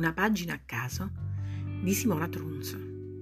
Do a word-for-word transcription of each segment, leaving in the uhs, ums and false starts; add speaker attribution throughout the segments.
Speaker 1: una pagina a caso di Simona Trunzo.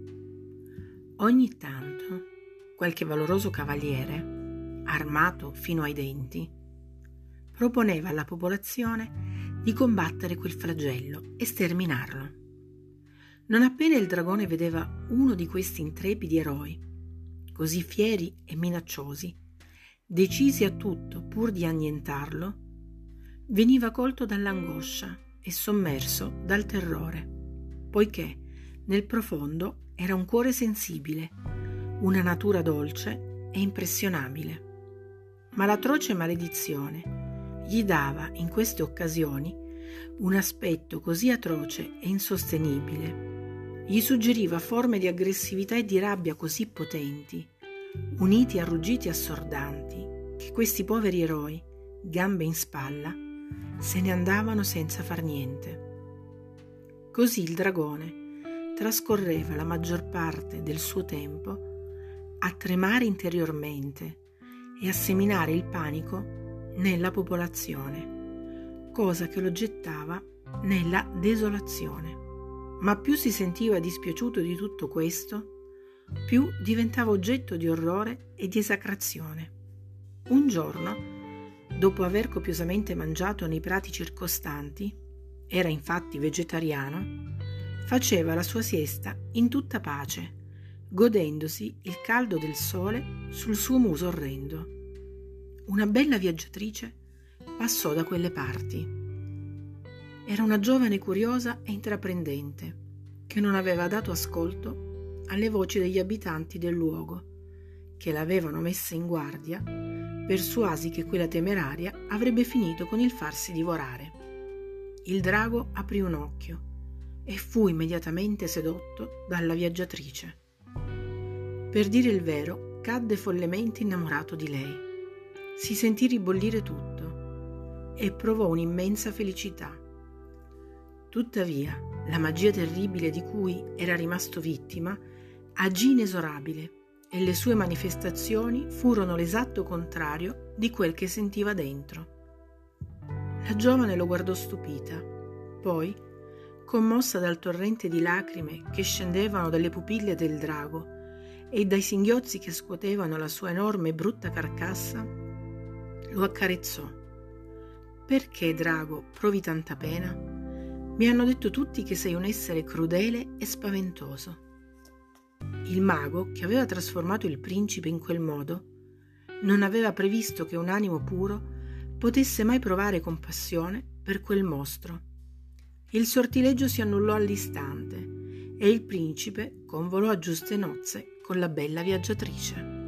Speaker 1: Ogni tanto qualche valoroso cavaliere, armato fino ai denti, proponeva alla popolazione di combattere quel flagello e sterminarlo. Non appena il dragone vedeva uno di questi intrepidi eroi, così fieri e minacciosi, decisi a tutto pur di annientarlo, veniva colto dall'angoscia e sommerso dal terrore, poiché nel profondo era un cuore sensibile, una natura dolce e impressionabile. Ma l'atroce maledizione gli dava in queste occasioni un aspetto così atroce e insostenibile, gli suggeriva forme di aggressività e di rabbia così potenti, uniti a ruggiti assordanti, che questi poveri eroi, gambe in spalla, se ne andavano senza far niente. Così il dragone trascorreva la maggior parte del suo tempo a tremare interiormente e a seminare il panico nella popolazione, cosa che lo gettava nella desolazione. Ma più si sentiva dispiaciuto di tutto questo, più diventava oggetto di orrore e di esecrazione. Un giorno, dopo aver copiosamente mangiato nei prati circostanti, era infatti vegetariano, faceva la sua siesta in tutta pace, godendosi il caldo del sole sul suo muso orrendo. Una bella viaggiatrice passò da quelle parti. Era una giovane curiosa e intraprendente, che non aveva dato ascolto alle voci degli abitanti del luogo, che l'avevano messa in guardia, persuasi che quella temeraria avrebbe finito con il farsi divorare. Il drago aprì un occhio e fu immediatamente sedotto dalla viaggiatrice. Per dire il vero, cadde follemente innamorato di lei. Si sentì ribollire tutto e provò un'immensa felicità. Tuttavia, la magia terribile di cui era rimasto vittima agì inesorabile e le sue manifestazioni furono l'esatto contrario di quel che sentiva dentro. La giovane lo guardò stupita, poi, commossa dal torrente di lacrime che scendevano dalle pupille del drago e dai singhiozzi che scuotevano la sua enorme e brutta carcassa, lo accarezzò. «Perché, drago, provi tanta pena? Mi hanno detto tutti che sei un essere crudele e spaventoso». Il mago, che aveva trasformato il principe in quel modo, non aveva previsto che un animo puro potesse mai provare compassione per quel mostro. Il sortileggio si annullò all'istante e il principe convolò a giuste nozze con la bella viaggiatrice.